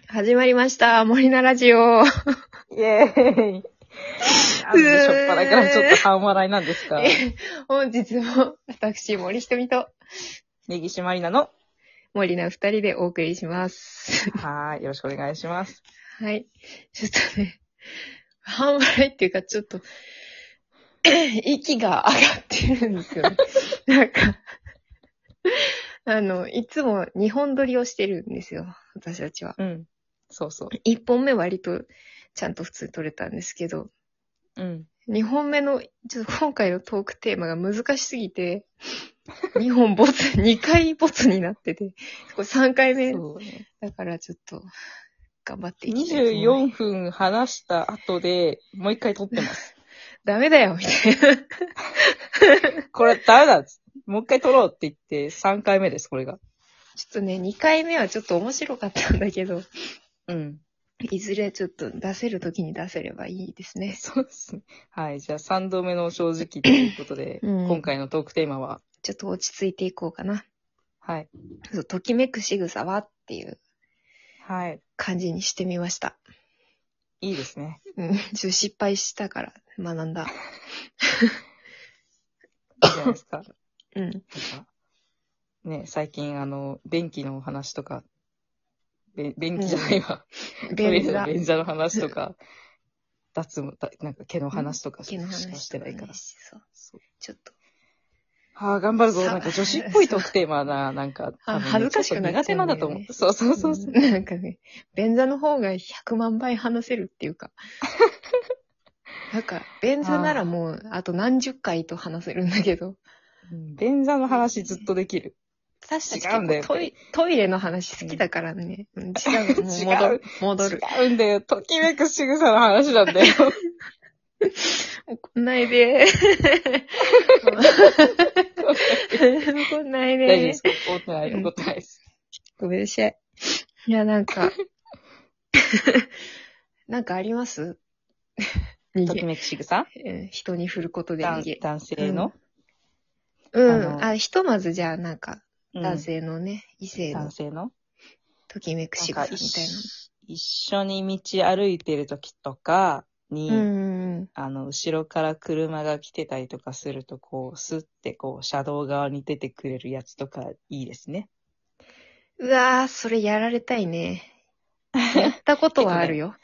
始まりました。森菜ラジオ。 イエーイ。なんでしょっぱなからちょっと半笑いなんですか？ 本日も私、森ひとみと根岸まりなの。 森菜二人でお送りします。 はい。よろしくお願いします。 はい。ちょっとね、半笑いっていうかちょっと、息が上がってるんですよね。なんか、いつも2本撮りをしてるんですよ。私たちは。 うん。そうそう。 1本目割とちゃんと普通に撮れたんですけど、 うん。 2本目の、ちょっと今回のトークテーマが難しすぎて、2回ボツになってて、これ3回目。 そうね。 だからちょっと、頑張っていきたいと思います。 24分話した後で、もう一回撮ってます。 ダメだよ、みたいな。 これダメだ。もう一回撮ろうって言って3回目です、これが。 ちょっとね、2回目はちょっと面白かったんだけど、 うん。 いずれちょっと出せるときに出せればいいですね。 そうですね。はい。じゃあ3度目の正直ということで、 うん今回のトークテーマは、 ちょっと落ち着いていこうかな。 はい。 そうときめく仕草はっていうはい。 感じにしてみました。 いいですね。 ちょっと失敗したから学んだ。 いいじゃないですか。 うん。 なんかね、最近便器の話とか、便器じゃないわ。トイレの便座の話とか、なんか毛の話とか毛の話とかしてないから。 そう。ちょっと。 はあ、頑張るぞ。なんか女子っぽいトークテーマだな。なんか、 恥ずかしくなっちゃうんだよね。 苦手なんだと思う。そうそうそうそう。 なんかね、便座の方が100万倍話せるっていうか。なんか、便座ならもう、あと何十回と話せるんだけど。 便座の話ずっとできる。 私たち違うんだよ。 トイレの話好きだからね。違う。もう戻る。 違うんだよ。ときめく仕草の話なんだよ。 怒んないで。怒んないで。 大丈夫ですか？怒ってない。怒ってないです。 ごめんなさい。いや、なんか、なんかありますときめく仕草？ 人に振ることで逃げ。 男性の？ ひとまずじゃあなんか、男性のね、異性の。 男性の？ ときめく仕草みたいな。 一緒に道歩いてる時とかに、後ろから車が来てたりとかすると、こう、スッてこう、車道側に出てくれるやつとかいいですね。 うわー、それやられたいね。やったことはあるよ。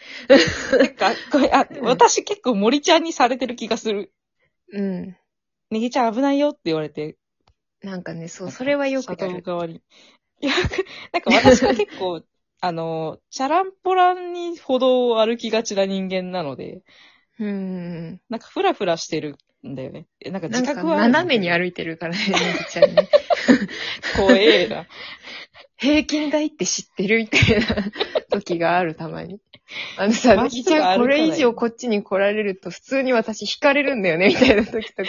私結構森ちゃんにされてる気がする。 うん。 ねぎちゃん危ないよって言われて。 なんかね、それはよくやる。 車道側に。いや、なんか私が結構、チャランポランに歩道を歩きがちな人間なので、なんかフラフラしてるんだよね。なんか自覚はある。 斜めに歩いてるからね、ねぎちゃんね。 怖えな。 平均台って知ってるみたいな時がある、たまに。ねぎちゃんこれ以上こっちに来られると普通に私惹かれるんだよね、みたいな時とか。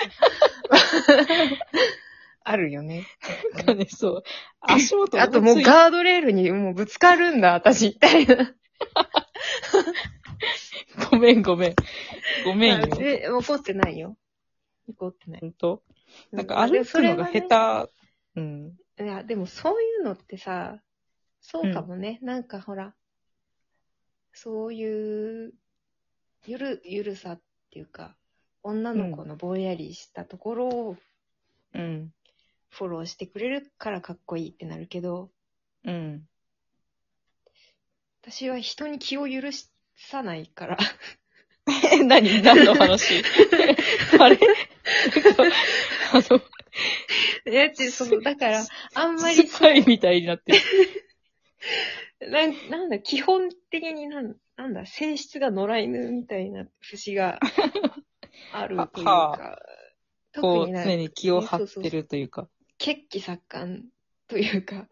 あるよね。 なんかね、そう。足元あともうガードレールにもうぶつかるんだ、私、みたいな。 ごめんよ。 怒ってないよ。怒ってない。 ほんと？なんか歩くのが下手。 いや、でもそういうのってさ、そうかもね。なんかほら、そういう、ゆるさっていうか、女の子のぼんやりしたところを、フォローしてくれるからかっこいいってなるけど、私は人に気を許さないから。 何の話あれだから、あんまりスパイみたいになってる。 なんだ、基本的になんだ、性質が野良犬みたいな節があるというか、 特に常に気を張ってるというか。 血気盛んというか。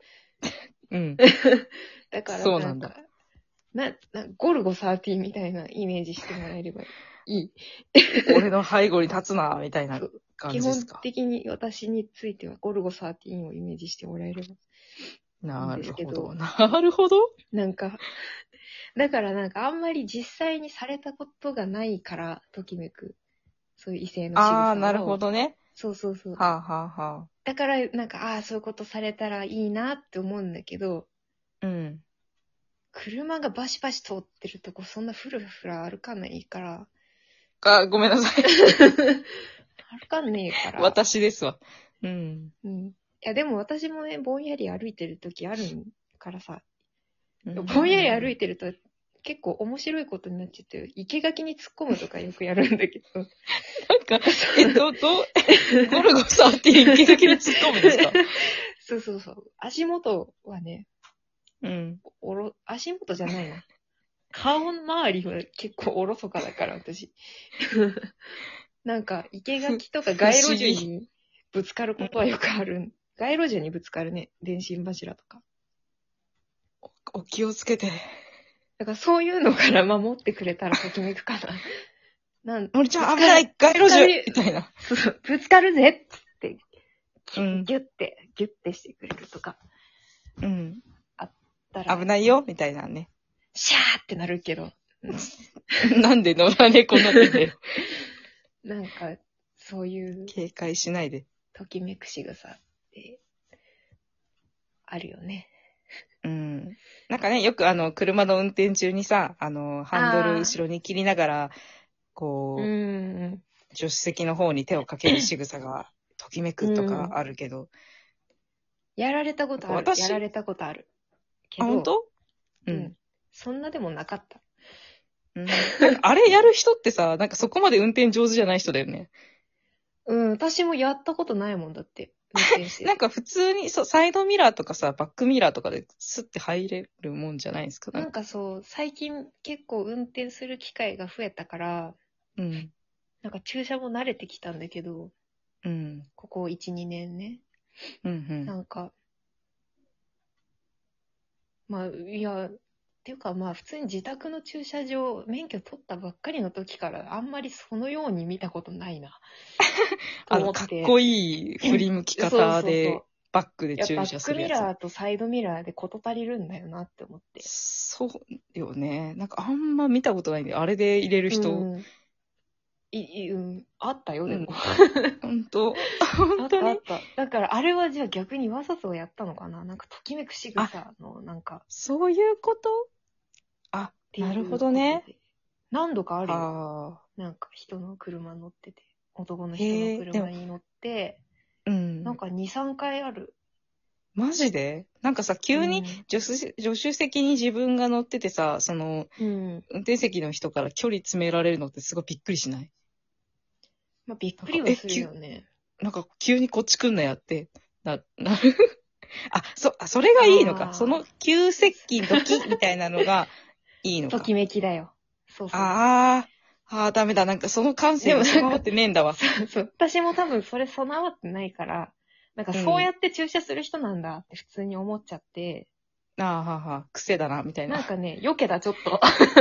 だからそうなんだ。 ゴルゴ13みたいなイメージしてもらえればいい。 俺の背後に立つな、みたいな感じですか。 基本的に私についてはゴルゴ13をイメージしてもらえればいいんですけど。 なるほど。 なんか、だからなんかあんまり実際にされたことがないからときめく。そういう異性の仕草を。 なるほどね。 そう。 はだからなんか、そういうことされたらいいなって思うんだけど、繰車がバシバシ通ってるとこそんなフラフラ歩かないから。 ごめんなさい。 歩かんねえから。 私ですわ。 うん。いや、でも私もね、ぼんやり歩いてる時あるからさ。ぼんやり歩いてると結構面白いことになっちゃって、生垣に突っ込むとかよくやるんだけど。 なんか、ゴルゴ13生垣に突っ込むんですか？ そう。足元はね、 うん。 足元じゃないな。顔周りは結構おろそかだから、私。なんか、生垣とか街路樹にぶつかることはよくある。街路樹にぶつかるね。電信柱とか。 お気をつけて。 だからそういうのから守ってくれたらときめくかな。 のりちゃん危ない、街路樹みたいな。 そう、ぶつかるぜって、 うん、 ギュッてしてくれるとか。 うん。 あったら。 危ないよ、みたいなね。 シャーってなるけど。 なんで野良猫乗ってんだよ。 なんか、そういう。 警戒しないで。 ときめく仕草って、あるよね。 うん。なんかね、よく車の運転中にさ、ハンドル後ろに切りながら、こう、助手席の方に手をかける仕草が、ときめくとかあるけど。 やられたことある。やられたことある。 けど、本当？ うん。そんなでもなかった。 あれやる人ってさ、なんかそこまで運転上手じゃない人だよね。 私もやったことないもんだって。 なんか普通に、そう、サイドミラーとかさ、バックミラーとかでスッて入れるもんじゃないですか。 なんかそう、最近結構運転する機会が増えたから、なんか駐車も慣れてきたんだけど、ここ1、2年ね。なんか、まあ、いや、っていうかまあ普通に自宅の駐車場、免許取ったばっかりの時からあんまりそのように見たことないな。 かっこいい振り向き方で、バックで駐車するやつ。 バックミラーとサイドミラーで事足りるんだよなって思って。 そうよね。なんかあんま見たことないんで、あれで入れる人。 あったよ、でも。 本当にあった。だからあれはじゃあ逆にわざとやったのかな、なんかときめく仕草の、なんか。 そういうこと？なるほどね。 何度かあるよ。なんか人の車乗ってて、男の人の車に乗って、なんか2、3回ある。 マジで？なんかさ、急に助手席に自分が乗っててさ、運転席の人から距離詰められるのってすごいびっくりしない？ まあ、びっくりはするよね。 なんか急にこっち来んなやって、なる。それがいいのか。その急接近ドキみたいなのがいいのか。 ときめきだよ。そう。 ダメだ。なんかその感性が備わってねえんだわ。 そう。私も多分それ備わってないから、なんかそうやって駐車する人なんだって普通に思っちゃって。 癖だな、みたいな。 なんかね、余計だ、ちょっと。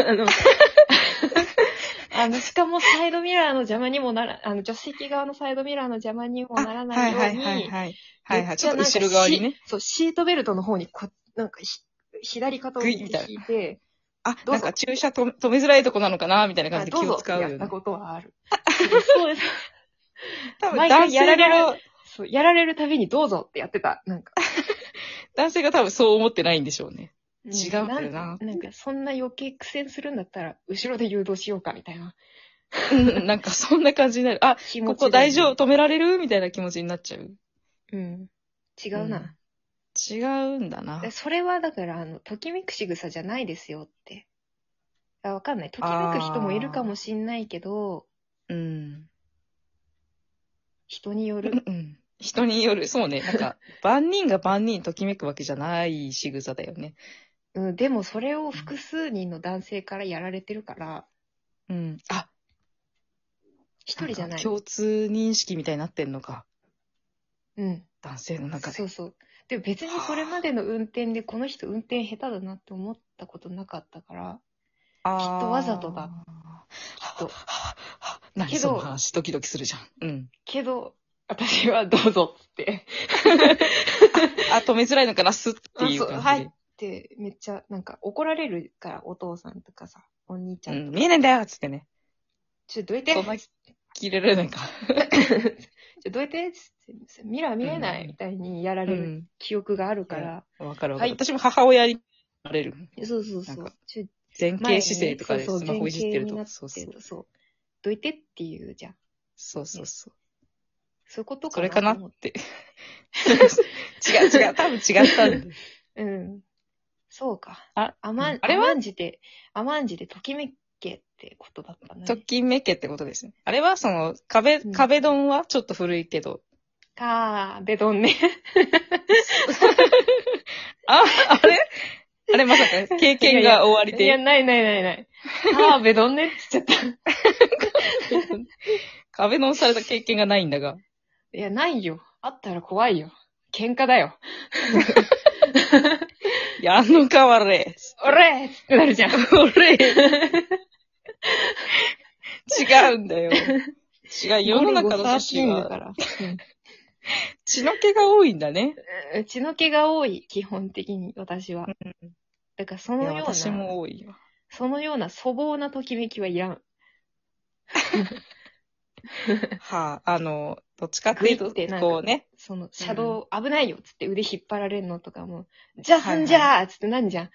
しかもサイドミラーの邪魔にも助手席側のサイドミラーの邪魔にもならないように、 ちょっと後ろ側にね。 そう、シートベルトの方になんか左肩を引いて、 なんか駐車止めづらいとこなのかなみたいな感じで気を使うよね。 やったことはある。そうです。 多分男性がやられるたびにどうぞってやってた。なんか。 男性が多分そう思ってないんでしょうね。違うんだよな。 なんかそんな余計苦戦するんだったら、後ろで誘導しようかみたいな。 なんかそんな感じになる。ここ大丈夫、止められるみたいな気持ちになっちゃう。 違うな。 違うんだな。 それはだから、ときめく仕草じゃないですよって。わかんない。ときめく人もいるかもしんないけど、人による。 人による。そうね。なんか、万人が万人ときめくわけじゃない仕草だよね。 でもそれを複数人の男性からやられてるから。一人じゃない。 共通認識みたいになってんのか。男性の中で。 そう。でも別にそれまでの運転でこの人運転下手だなって思ったことなかったから、きっとわざとだ。きっと。 何その話、ドキドキするじゃん。 けど、私はどうぞって。 止めづらいのかな、スッっていう感じで。 はいってめっちゃ、なんか怒られるから、お父さんとかさ、お兄ちゃんとか。 見えないんだよっつってね。 どいて。 そんな切れられないか。 どいてっつって、ミラー見えないみたいにやられる記憶があるから。 わかる。私も母親にれる。 そうそうそう。 前傾姿勢とかでスマホいじってると。 そうそう。そう。どいてっていうじゃん。 そうそうそう。 そういうことかな。 それかなって。違う、多分違ったんだよ。 うん。そうか。 あれは甘んじてときめけってことだったね。 ときめけってことですね。あれは壁ドンはちょっと古いけど。 ベドンね。 あれまさか経験が終わりで。 いや、ない。ベドンねって言っちゃった。 壁ドンされた経験がないんだが。 いや、ないよ。あったら怖いよ。喧嘩だよ。 やんのかわれ。 俺ってなるじゃん。 俺。違うんだよ。世の中の女子は。血の気が多いんだね。 血の気が多い、基本的に、私は。だからそのような、 私も多いわ。 そのような粗暴なときめきはいらん。 はあ、どっちかっていうと、こうね。 車道危ないよっつって腕引っ張られるのとかも、じゃあすんじゃーっつってなんじゃん。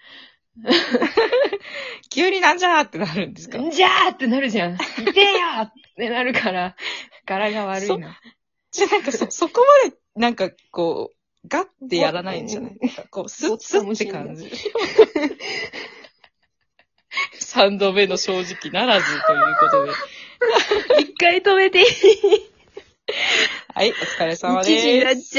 急になんじゃーってなるんですか？ んじゃーってなるじゃん。いてよってなるから、柄が悪いな。 そこまで、ガッてやらないんじゃない？スッって感じ。3度目の正直ならずということで。 一回止めていい？ はい、お疲れ様です。 1時になっちゃう。